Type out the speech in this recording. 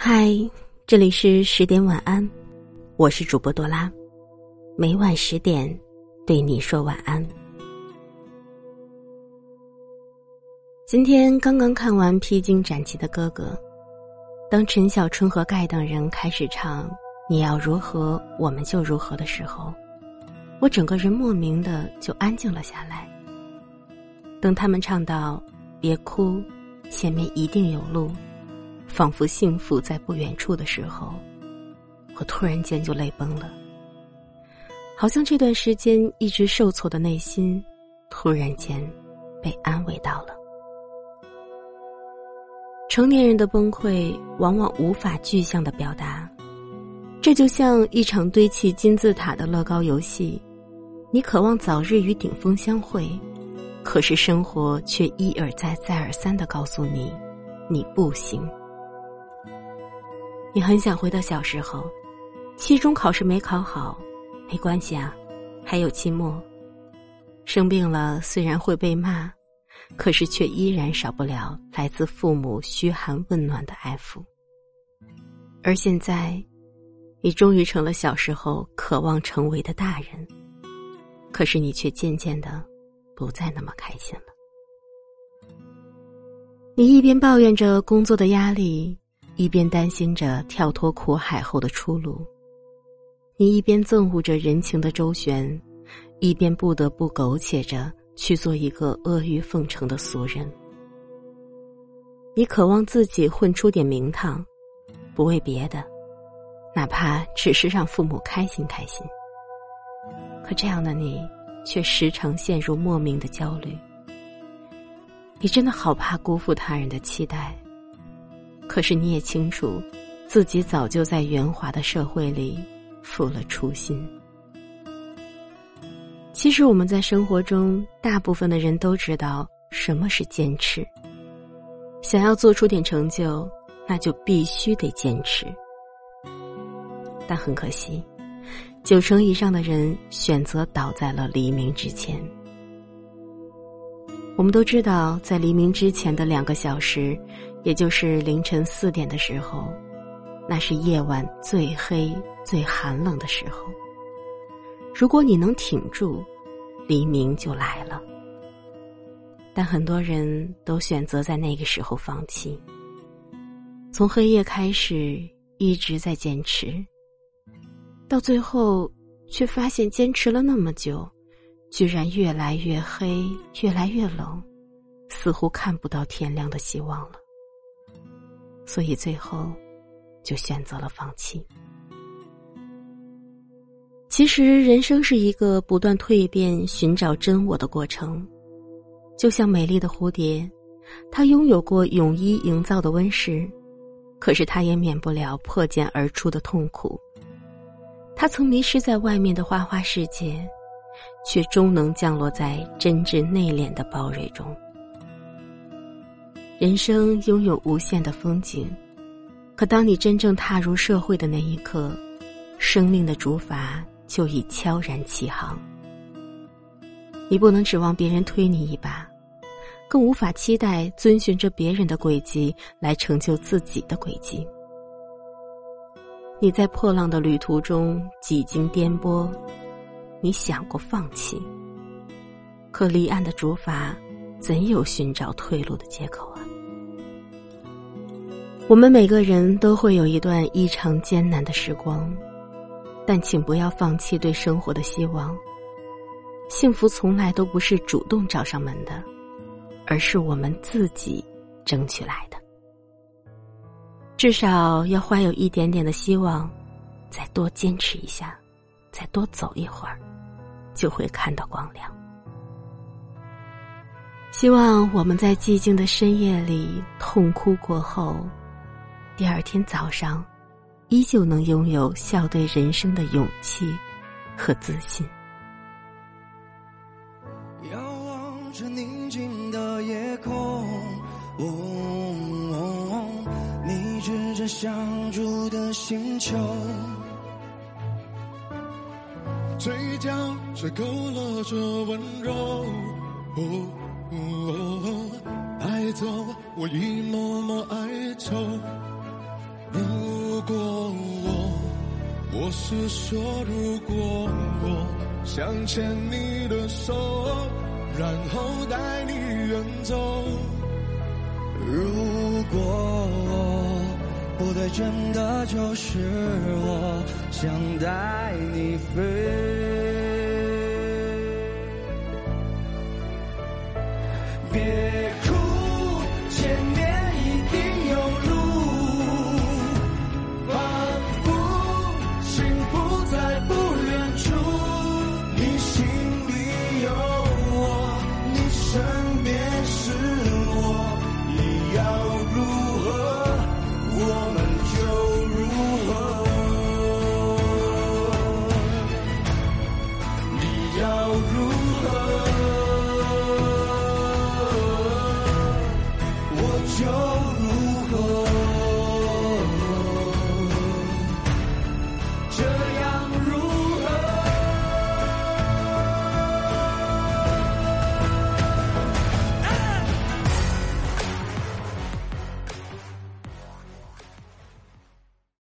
嗨，这里是10点晚安，我是主播多拉，每晚10点对你说晚安。今天刚刚看完披荆斩棘的哥哥，当陈小春和盖等人开始唱你要如何我们就如何的时候，我整个人莫名的就安静了下来。等他们唱到别哭，前面一定有路，仿佛幸福在不远处的时候，我突然间就泪崩了。好像这段时间一直受挫的内心突然间被安慰到了。成年人的崩溃往往无法具象的表达，这就像一场堆砌金字塔的乐高游戏，你渴望早日与顶峰相会，可是生活却一而再再而三地告诉你，你不行。你很想回到小时候，期中考试没考好，没关系啊，还有期末。生病了虽然会被骂，可是却依然少不了来自父母嘘寒问暖的爱抚。而现在，你终于成了小时候渴望成为的大人，可是你却渐渐的不再那么开心了。你一边抱怨着工作的压力，一边担心着跳脱苦海后的出路。你一边憎恶着人情的周旋，一边不得不苟且着去做一个阿谀奉承的俗人。你渴望自己混出点名堂，不为别的，哪怕只是让父母开心开心。可这样的你却时常陷入莫名的焦虑。你真的好怕辜负他人的期待，可是你也清楚自己早就在圆滑的社会里负了初心。其实我们在生活中大部分的人都知道什么是坚持，想要做出点成就，那就必须得坚持。但很可惜，90%以上的人选择倒在了黎明之前。我们都知道，在黎明之前的2个小时，也就是凌晨4点的时候，那是夜晚最黑最寒冷的时候。如果你能挺住，黎明就来了。但很多人都选择在那个时候放弃，从黑夜开始一直在坚持，到最后却发现坚持了那么久，居然越来越黑，越来越冷，似乎看不到天亮的希望了。所以最后就选择了放弃。其实人生是一个不断蜕变寻找真我的过程，就像美丽的蝴蝶，它拥有过泳衣营造的温室，可是它也免不了破茧而出的痛苦。它曾迷失在外面的花花世界，却终能降落在真挚内敛的包蕊中。人生拥有无限的风景，可当你真正踏入社会的那一刻，生命的竹筏就已悄然起航。你不能指望别人推你一把，更无法期待遵循着别人的轨迹来成就自己的轨迹。你在破浪的旅途中几经颠簸，你想过放弃，可离岸的竹筏怎有寻找退路的借口啊？我们每个人都会有一段异常艰难的时光，但请不要放弃对生活的希望。幸福从来都不是主动找上门的，而是我们自己争取来的。至少要怀有一点点的希望，再多坚持一下，再多走一会儿，就会看到光亮。希望我们在寂静的深夜里痛哭过后，第二天早上依旧能拥有笑对人生的勇气和自信。 遥望着宁静的夜空，你指着相住的星球，嘴角却勾勒着温柔，带走我一抹抹哀愁。 如果我是说，如果我想牵你的手，然后带你远走。 如果不对，真的就是我想带你飞。别哭，前面一定有路，仿佛幸福在不远处。你心里有我，你身边是我，你要如何，我们就如何。你要如何，我就